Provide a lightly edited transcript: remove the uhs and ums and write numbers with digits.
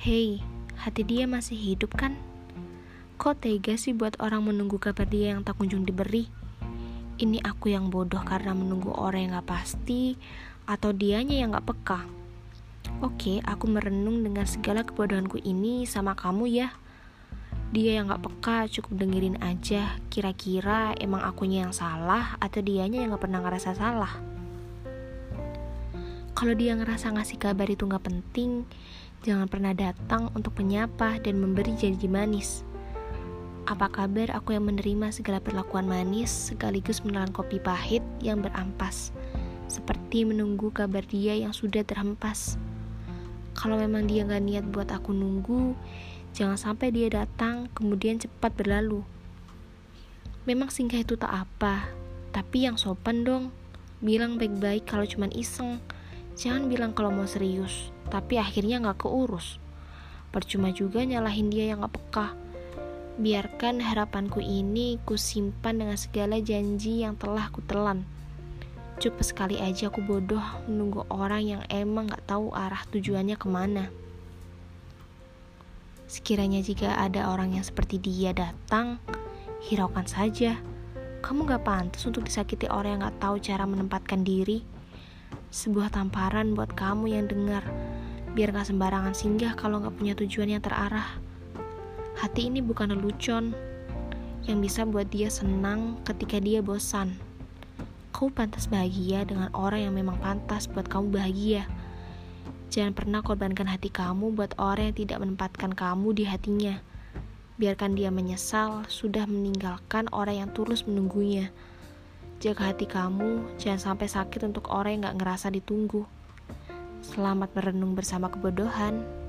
Hei, hati dia masih hidup kan? Kok tega sih buat orang menunggu kabar dia yang tak kunjung diberi? Ini aku yang bodoh karena menunggu orang yang gak pasti, atau dianya yang gak peka? Oke, aku merenung dengan segala kebodohanku ini sama kamu ya. Dia yang gak peka cukup dengerin aja. Kira-kira emang akunya yang salah atau dianya yang gak pernah ngerasa salah? Kalau dia ngerasa ngasih kabar itu gak penting, jangan pernah datang untuk menyapa dan memberi janji manis. Apa kabar aku yang menerima segala perlakuan manis sekaligus menelan kopi pahit yang berampas, seperti menunggu kabar dia yang sudah terhempas. Kalau memang dia gak niat buat aku nunggu, jangan sampai dia datang kemudian cepat berlalu. Memang singgah itu tak apa, tapi yang sopan dong. Bilang baik-baik kalau cuman iseng. Jangan bilang kalau mau serius, tapi akhirnya gak keurus. Percuma juga nyalahin dia yang gak peka. Biarkan harapanku ini kusimpan dengan segala janji yang telah kutelan. Cukup sekali aja aku bodoh menunggu orang yang emang gak tahu arah tujuannya kemana. Sekiranya jika ada orang yang seperti dia datang, hiraukan saja. Kamu gak pantas untuk disakiti orang yang gak tahu cara menempatkan diri. Sebuah tamparan buat kamu yang dengar, biar gak sembarangan singgah kalau gak punya tujuan yang terarah. Hati ini bukan lelucon yang bisa buat dia senang ketika dia bosan. Kau pantas bahagia dengan orang yang memang pantas buat kamu bahagia. Jangan pernah korbankan hati kamu buat orang yang tidak menempatkan kamu di hatinya. Biarkan dia menyesal sudah meninggalkan orang yang tulus menunggunya. Jaga hati kamu, jangan sampai sakit untuk orang yang gak ngerasa ditunggu. Selamat merenung bersama kebodohan.